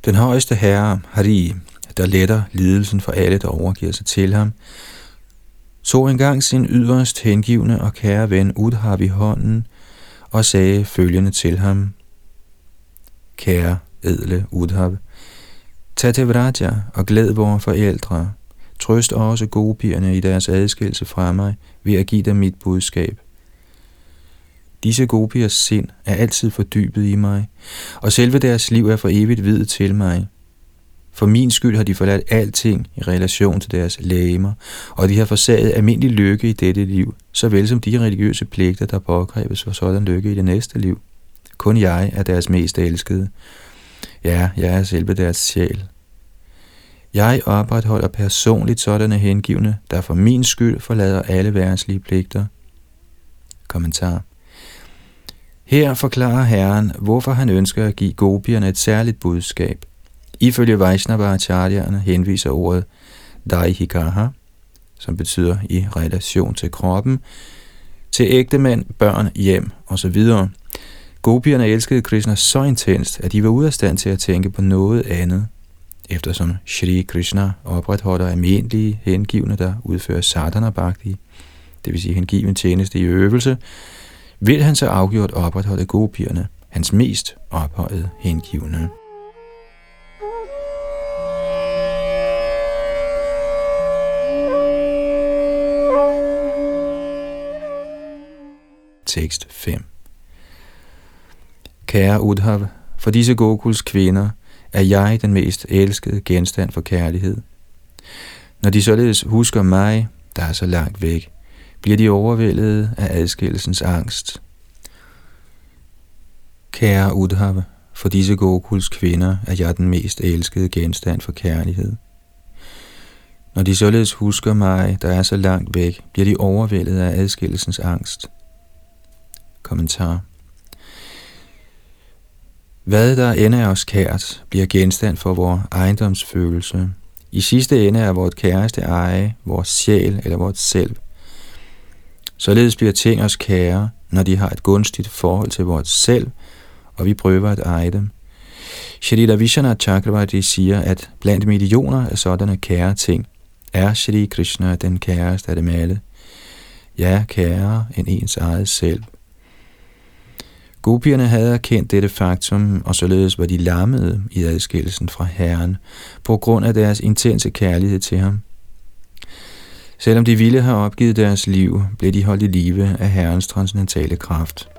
Den højeste herre, Hari, der letter lidelsen for alle, der overgiver sig til ham, tog engang sin yderst hengivne og kære ven Udhav i hånden og sagde følgende til ham: Kære, edle Udhav, tag til Vraja og glæd vores forældre. Trøst også gopierne i deres adskillelse fra mig ved at give dem mit budskab. Disse gopiers sind er altid fordybet i mig, og selve deres liv er for evigt viet til mig. For min skyld har de forladt alting i relation til deres legemer, og de har forsaget almindelig lykke i dette liv, såvel som de religiøse pligter, der påkræves for sådan lykke i det næste liv. Kun jeg er deres mest elskede. Ja, jeg er selve deres sjæl. Jeg opretholder personligt sådanne hengivne, der for min skyld forlader alle verdslige pligter. Kommentar. Her forklarer Herren, hvorfor han ønsker at give gopierne et særligt budskab. Ifølge Vaishnava-acharyerne henviser ordet daihikaha, som betyder i relation til kroppen, til ægtemænd, børn, hjem osv. Gopierne elskede Krishna så intenst, at de var ude af stand til at tænke på noget andet. Eftersom Shri Krishna opretholder almindelige hengivne, der udfører sadhana bhakti, det vil sige hengiven tjeneste i øvelse, vil han så afgjort opretholde gopierne, hans mest ophøjede hengivne. Tekst fem. Kære Udhav, for disse Gokuls kvinder er jeg den mest elskede genstand for kærlighed. Når de således husker mig, der er så langt væk, bliver de overvældet af adskillelsens angst. Kære Udhav, for disse Gokuls kvinder er jeg den mest elskede genstand for kærlighed. Når de således husker mig, der er så langt væk, bliver de overvældet af adskillelsens angst. Kommentar. Hvad der end er os kært, bliver genstand for vores ejendomsfølelse. I sidste ende er vores kæreste eje, vores sjæl eller vores selv. Således bliver ting os kære, når de har et gunstigt forhold til vores selv, og vi prøver at eje dem. Shrila Vishwanath Chakravarti siger, at blandt millioner af sådanne kære ting, er Shri Krishna den kæreste af dem alle. Ja, kære end ens eget selv. Gopierne havde erkendt dette faktum, og således var de lammede i adskillelsen fra Herren, på grund af deres intense kærlighed til ham. Selvom de ville have opgivet deres liv, blev de holdt i live af Herrens transcendentale kraft.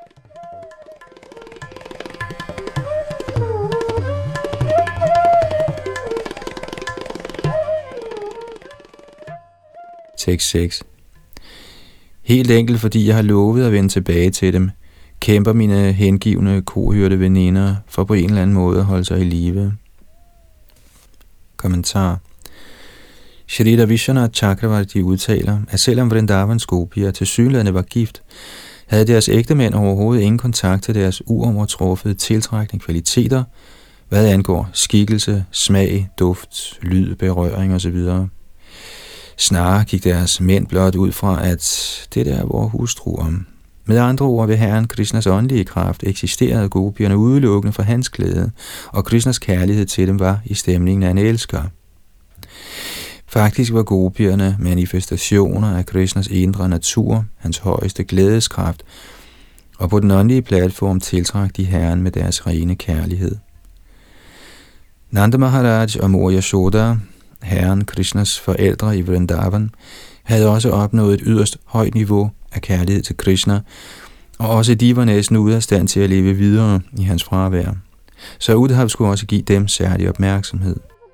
Tekst seks. Helt enkelt fordi jeg har lovet at vende tilbage til dem, kæmper mine hengivne kohørte veninder for på en eller anden måde at holde sig i live. Kommentar. Shrila Vishwanath Chakravarti udtaler, at selvom Vrindavans gopier tilsyneladende var gift, havde deres ægtemænd overhovedet ingen kontakt til deres uovertruffede tiltrækkende kvaliteter, hvad angår skikkelse, smag, duft, lyd, berøring osv. Snarere gik deres mænd blot ud fra, at det der er vores hustruer. Med andre ord, ved Herren Krishnas åndelige kraft eksisterede gopierne udelukkende for hans glæde, og Krishnas kærlighed til dem var i stemningen af en elsker. Faktisk var gopierne manifestationer af Krishnas indre natur, hans højeste glædeskraft, og på den åndelige platform tiltrak de Herren med deres rene kærlighed. Nanda Maharaj og mor Yashoda, Herren Krishnas forældre i Vrindavan, havde også opnået et yderst højt niveau af kærlighed til Krishna, og også de var næsten ude af stand til at leve videre i hans fravær. Så Udhav skulle også give dem særlig opmærksomhed.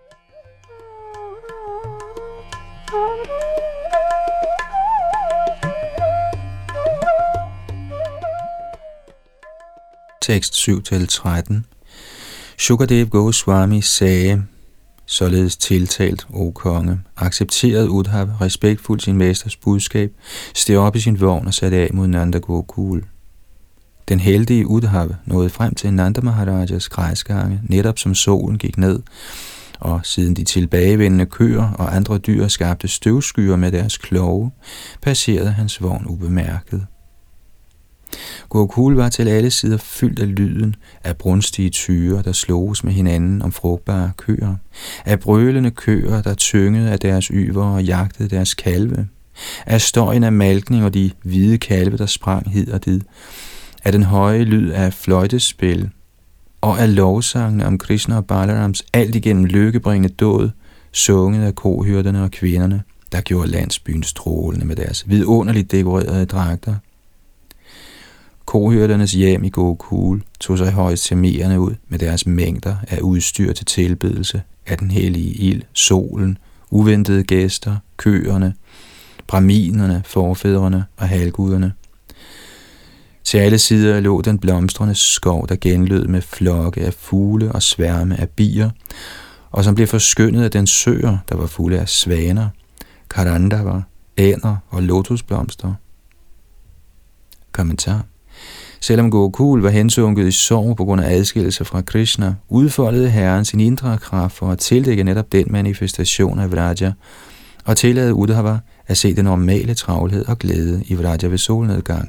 Tekst syv til tretten. Shukadev Goswami sagde, således tiltalt, o konge, accepterede Udhav respektfuldt sin mesters budskab, steg op i sin vogn og satte af mod Nanda Gokul. Den heldige Udhav nåede frem til Nanda Maharajas græsgange, netop som solen gik ned, og siden de tilbagevendende køer og andre dyr skabte støvskyer med deres kloge, passerede hans vogn ubemærket. Gokul var til alle sider fyldt af lyden af brunstige tyre, der sloges med hinanden om frugtbare køer, af brølende køer, der tyngede af deres yver og jagtede deres kalve, af støjen af malkning og de hvide kalve, der sprang hid og did, af den høje lyd af fløjtespil, og af lovsangene om Krishna og Balarams alt igennem lykkebringende dåd, sunget af kohyrderne og kvinderne, der gjorde landsbyen strålende med deres vidunderligt dekorerede dragter. Kohyrdernes hjem i Gokul tog sig højst charmerende ud med deres mængder af udstyr til tilbedelse af den hellige ild, solen, uventede gæster, køerne, brahminerne, forfædrene og halvguderne. Til alle sider lå den blomstrende skov, der genlød med flokke af fugle og sværme af bier, og som blev forskyndet af den søer, der var fulde af svaner, karandava, ænder og lotusblomster. Kommentar. Selvom Gokul var hensunket i sorg på grund af adskillelse fra Krishna, udfoldede Herren sin indre kraft for at tildække netop den manifestation af Vraja, og tillade Uddhava at se den normale travlhed og glæde i Vraja ved solnedgang.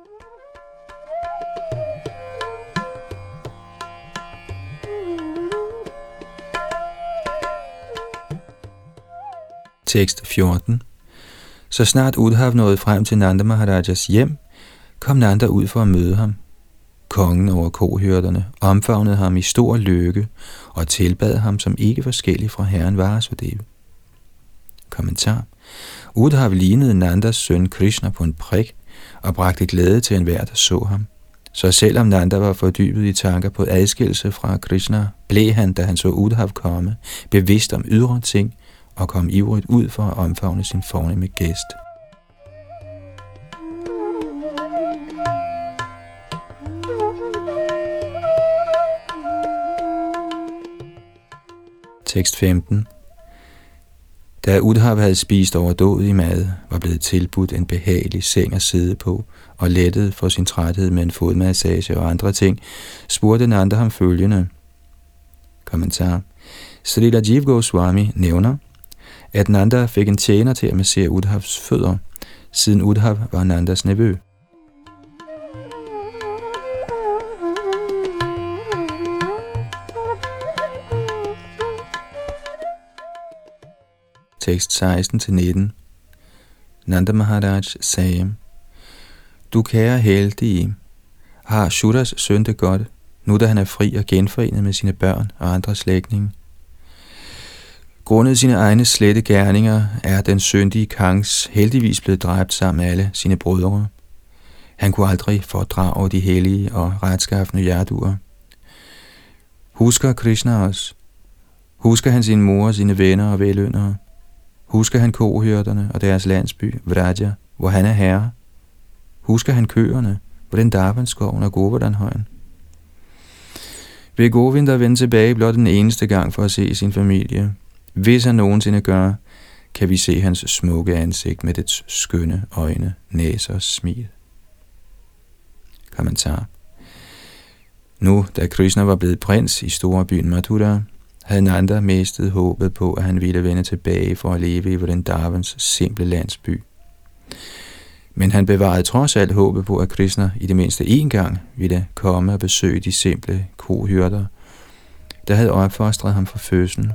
Tekst fjorten. Så snart Uddhav nåede frem til Nanda Maharajas hjem, kom Nanda ud for at møde ham. Kongen over kohyrderne omfavnede ham i stor lykke og tilbad ham som ikke forskellig fra herren Vasudeva. Kommentar. Uddhav lignede Nandas søn Krishna på en prik og bragte glæde til enhver, der så ham. Så selvom Nanda var fordybet i tanker på adskillelse fra Krishna, blev han, da han så Uddhav komme, bevidst om ydre ting og kom ivrigt ud for at omfavne sin fornemme gæst. Tekst femten. Da Uddhav havde spist overdådig mad, var blevet tilbudt en behagelig seng at sidde på, og lettet for sin træthed med en fodmassage og andre ting, spurgte Nanda ham følgende. Kommentar. Srila Jiva Goswami nævner, at Nanda fik en tjener til at massere Uddhavs fødder, siden Uddhav var Nandas nevø. Tekst seksten til nitten. Nanda Maharaj sagde, du kære heldige, har Shuras søn det godt, nu da han er fri og genforenet med sine børn og andre slægtninge. Grundet sine egne slette gerninger er den syndige Kangs heldigvis blevet dræbt sammen med alle sine brødre. Han kunne aldrig fordrage de hellige og retskaffende Yaduer. Husker Krishna os? Husker han sin mor og sine venner og veløndere? Husker han kohyrderne og deres landsby, Vraja, hvor han er herre? Husker han køerne, Vrindavanskoven og Govardhanhøjen? Vil Govinda vende tilbage blot den eneste gang for at se sin familie? Hvis han nogensinde gør, kan vi se hans smukke ansigt med dets skønne øjne, næse og smil. Kommentar. Nu, da Krishna var blevet prins i store byen Mathura, havde Nanda mistet håbet på, at han ville vende tilbage for at leve i Vrindavans simple landsby. Men han bevarede trods alt håbet på, at Krishna i det mindste én gang ville komme og besøge de simple kohyrder, der havde opfostret ham fra fødslen.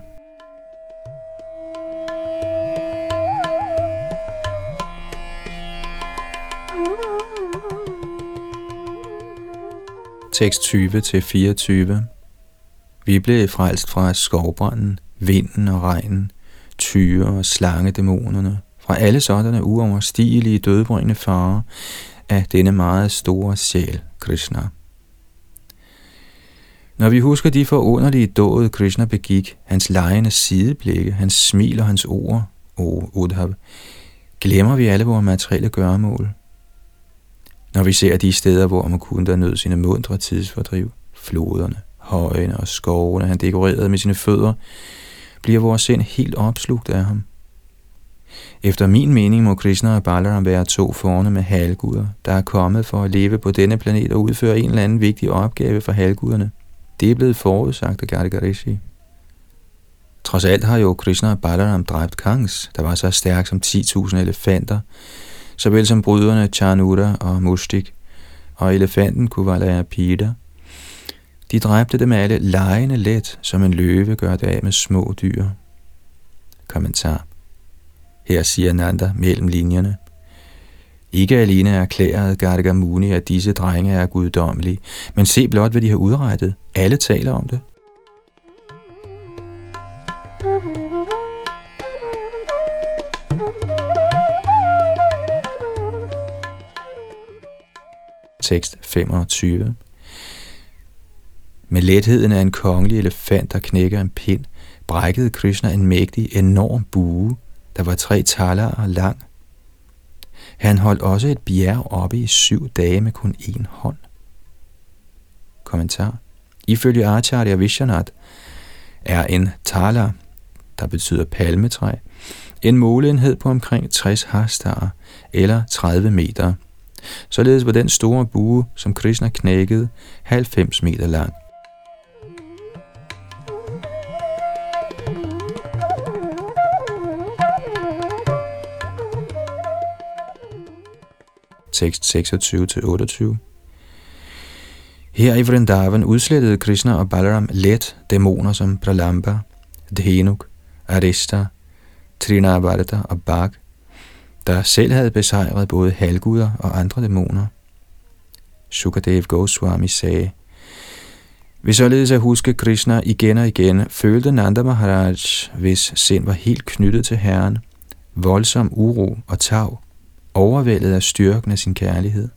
Tekst tyve til fireogtyve. Vi blev frelst fra skovbranden, vinden og regnen, tyre og slangedæmonerne, fra alle sådanne uoverstigelige dødbringende farer af denne meget store sjæl, Krishna. Når vi husker de forunderlige dåd, Krishna begik, hans legende sideblikke, hans smil og hans ord, o Uddhav, glemmer vi alle vores materielle gøremål. Når vi ser de steder, hvor Mukunda nød sine muntre tidsfordriv, floderne, højene og skovene, han dekorerede med sine fødder, bliver vores sind helt opslugt af ham. Efter min mening må Krishna og Balaram være to fornemme halvguder, der er kommet for at leve på denne planet og udføre en eller anden vigtig opgave for halvguderne. Det er blevet forudsagt af Garika Rishi. Trods alt har jo Krishna og Balaram dræbt Kangs, der var så stærk som ti tusind elefanter, såvel som bryderne Chanura og Mushtik, og elefanten Kuvalaya Pida. De dræbte dem alle legende let, som en løve gør det af med små dyr. Kommentar. Her siger Nanda mellem linjerne: ikke alene erklærede Garga Muni, at disse drenge er guddommelige, men se blot, hvad de har udrettet. Alle taler om det. Tekst femogtyve. Med letheden af en kongelig elefant, der knækker en pind, brækkede Krishna en mægtig, enorm bue, der var tre talarer lang. Han holdt også et bjerg oppe i syv dage med kun én hånd. Kommentar. Ifølge Acharya Vishwanath er en tala, der betyder palmetræ, en måleenhed på omkring tres hastar eller tredive meter. Således var den store bue, som Krishna knækkede, halvfems meter lang. Tekst seksogtyve til otteogtyve. Her i Vrindavan udslettede Krishna og Balaram let dæmoner som Pralamba, Dhenuk, Arista, Trinavarta og Bag, der selv havde besejret både halvguder og andre dæmoner. Sukadev Goswami sagde: ved således at huske Krishna igen og igen, følte Nanda Maharaj, hvis sind var helt knyttet til Herren, voldsom uro og tav, overvældet af styrken af sin kærlighed.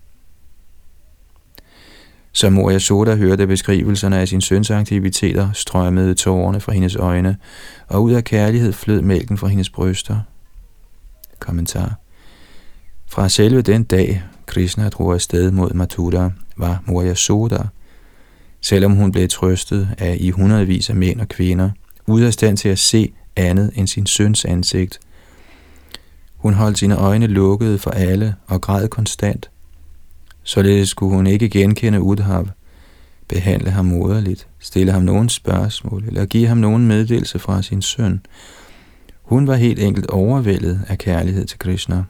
Som mor Yashoda hørte beskrivelserne af sin søns aktiviteter, strømmede tårerne fra hendes øjne, og ud af kærlighed flød mælken fra hendes bryster. Kommentar. Fra selve den dag, Krishna drog afsted mod Mathura, var mor Yashoda, selvom hun blev trøstet af i hundredvis af mænd og kvinder, ude af stand til at se andet end sin søns ansigt. Hun holdt sine øjne lukkede for alle og græd konstant. Således skulle hun ikke genkende Uddhav, behandle ham moderligt, stille ham nogen spørgsmål eller give ham nogen meddelelse fra sin søn. Hun var helt enkelt overvældet af kærlighed til Krishna.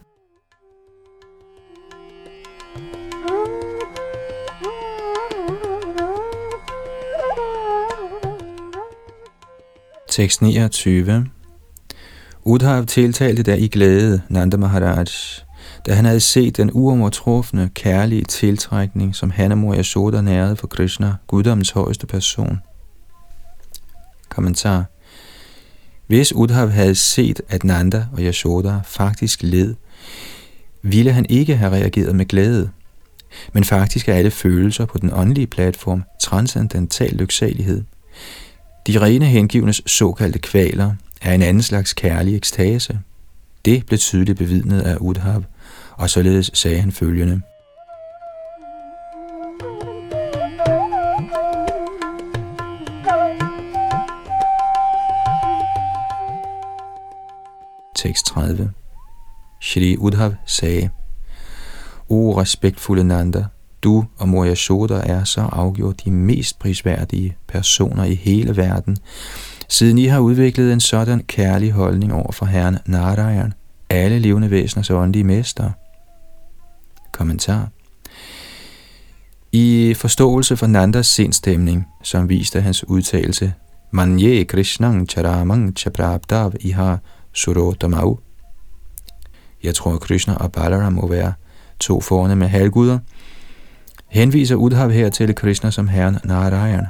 Tekst niogtyve. Uddhav tiltalte der i glæde Nanda Maharaj, da han havde set den uovertrufne, kærlige tiltrækning, som han og mor Yashoda nærede for Krishna, guddommens højeste person. Kommentar. Hvis Uddhav havde set, at Nanda og Yashoda faktisk led, ville han ikke have reageret med glæde. Men faktisk er alle følelser på den åndelige platform transcendental lyksalighed. De rene hengivnes såkaldte kvaler er en anden slags kærlig ekstase. Det blev tydeligt bevidnet af Uddhav, og således sagde han følgende: Tekst tredive. Shri Uddhav sagde: O respektfulde Nanda, du og mor Yashoda er så afgjort de mest prisværdige personer i hele verden, siden I har udviklet en sådan kærlig holdning over for Herren Narayan, alle levende væseners åndelige mester. Kommentar. I forståelse for Nandas sindstemning, som viste hans udtalelse, Manye Krishnang Charamang Chaprabdav Iha Surotamau. Jeg tror, Krishna og Balaram må være to fornemme halvguder, henviser Uddhav her til Krishna som Herren Narayan.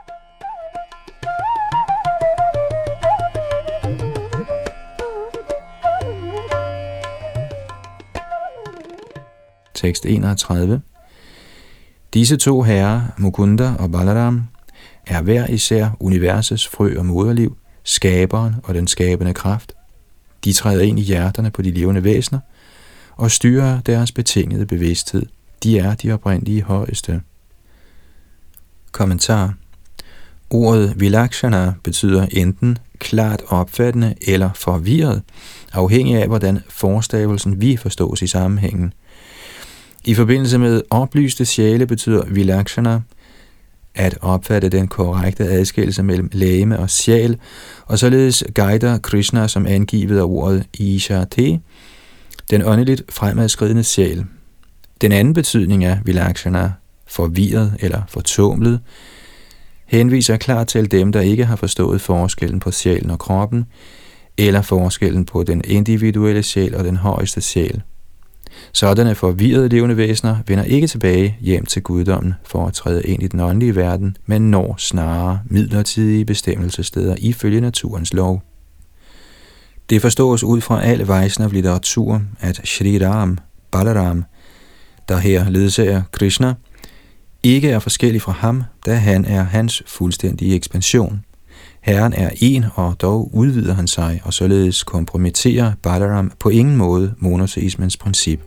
Tekst enogtredive. Disse to herrer, Mukunda og Balaram, er hver især universets frø og moderliv, skaberen og den skabende kraft. De træder ind i hjerterne på de levende væsener og styrer deres betingede bevidsthed. De er de oprindelige højeste. Kommentar. Ordet vilakshana betyder enten klart opfattende eller forvirret, afhængig af hvordan forstavelsen vi forstås i sammenhængen. I forbindelse med oplyste sjæle betyder vilakshana at opfatte den korrekte adskillelse mellem legeme og sjæl, og således guider Krishna som angivet af ordet Ishate, den åndeligt fremadskridende sjæl. Den anden betydning af vilakshana, forvirret eller fortumlet, henviser klart til dem, der ikke har forstået forskellen på sjælen og kroppen, eller forskellen på den individuelle sjæl og den højeste sjæl. Sådanne forvirrede levende væsener vender ikke tilbage hjem til guddommen for at træde ind i den åndelige verden, men når snarere midlertidige bestemmelsessteder ifølge naturens lov. Det forstås ud fra al Vaishnava-litteratur, at Shri Ram, Balaram, der her ledsager Krishna, ikke er forskellig fra ham, da han er hans fuldstændige ekspansion. Herren er en, og dog udvider han sig, og således kompromitterer Balaram på ingen måde monoteismens princip.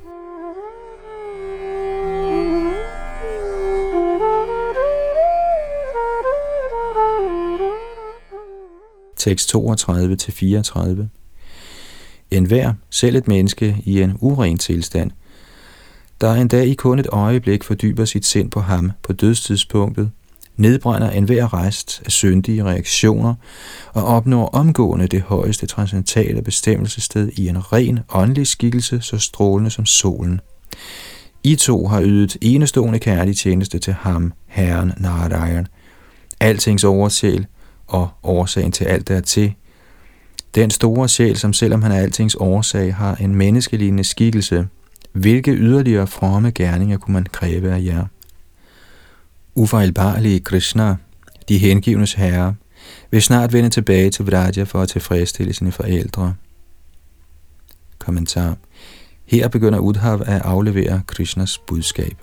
Tekst toogtredive til fireogtredive. Enhver, selv et menneske i en uren tilstand, der en dag i kun et øjeblik fordyber sit sind på ham på dødstidspunktet, nedbrænder enhver rest af syndige reaktioner og opnår omgående det højeste transcendentale bestemmelsessted i en ren åndelig skikkelse, så strålende som solen. I to har ydet enestående kærlig tjeneste til ham, Herren Narayan, altings oversjæl og årsagen til alt dertil. Den store sjæl, som selvom han er altings årsag, har en menneskelignende skikkelse. Hvilke yderligere fromme gerninger kunne man kræve af jer? Ufejlbarlige Krishna, de hengivnes herre, vil snart vende tilbage til Vraja for at tilfredsstille sine forældre. Kommentar. Her begynder Uddhav at aflevere Krishnas budskab.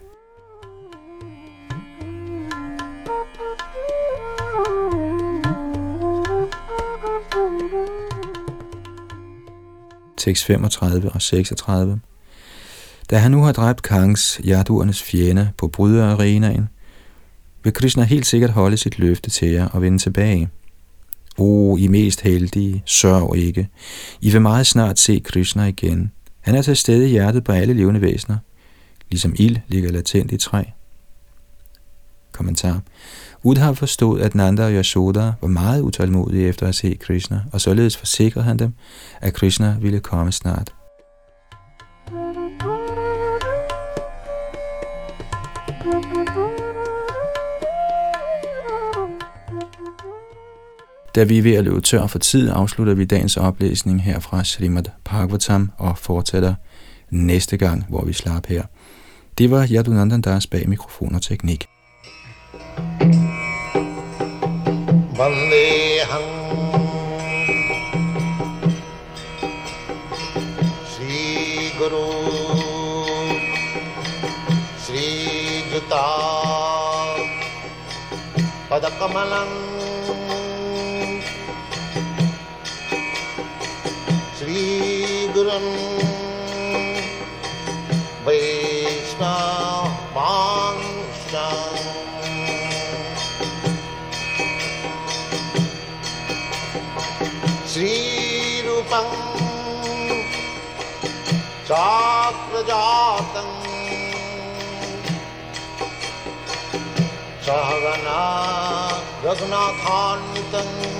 Tekst femogtredive og seksogtredive. Da han nu har dræbt Kangs, Yaduernes fjende, på bryderarenaen, vil Krishna helt sikkert holde sit løfte til jer og vende tilbage. O, I mest heldige, sørg ikke. I vil meget snart se Krishna igen. Han er til stede i hjertet på alle levende væsener, ligesom ild ligger latent i træ. Kommentar. Uddhav forstod, at Nanda og Yashoda var meget utålmodige efter at se Krishna, og således forsikrede han dem, at Krishna ville komme snart. Da vi er ved at løbe tør for tid, afslutter vi dagens oplæsning her fra Srimad Bhagavatam og fortsætter næste gang, hvor vi slap her. Det var Yadunandan Das bag mikrofon og teknik. Vandeham Shri Guru Shri Juta Padakamalam Shri Gurun Vaishnava Vanshan Shri Rupam Chakrajatam Sahagana Raghunathanvitam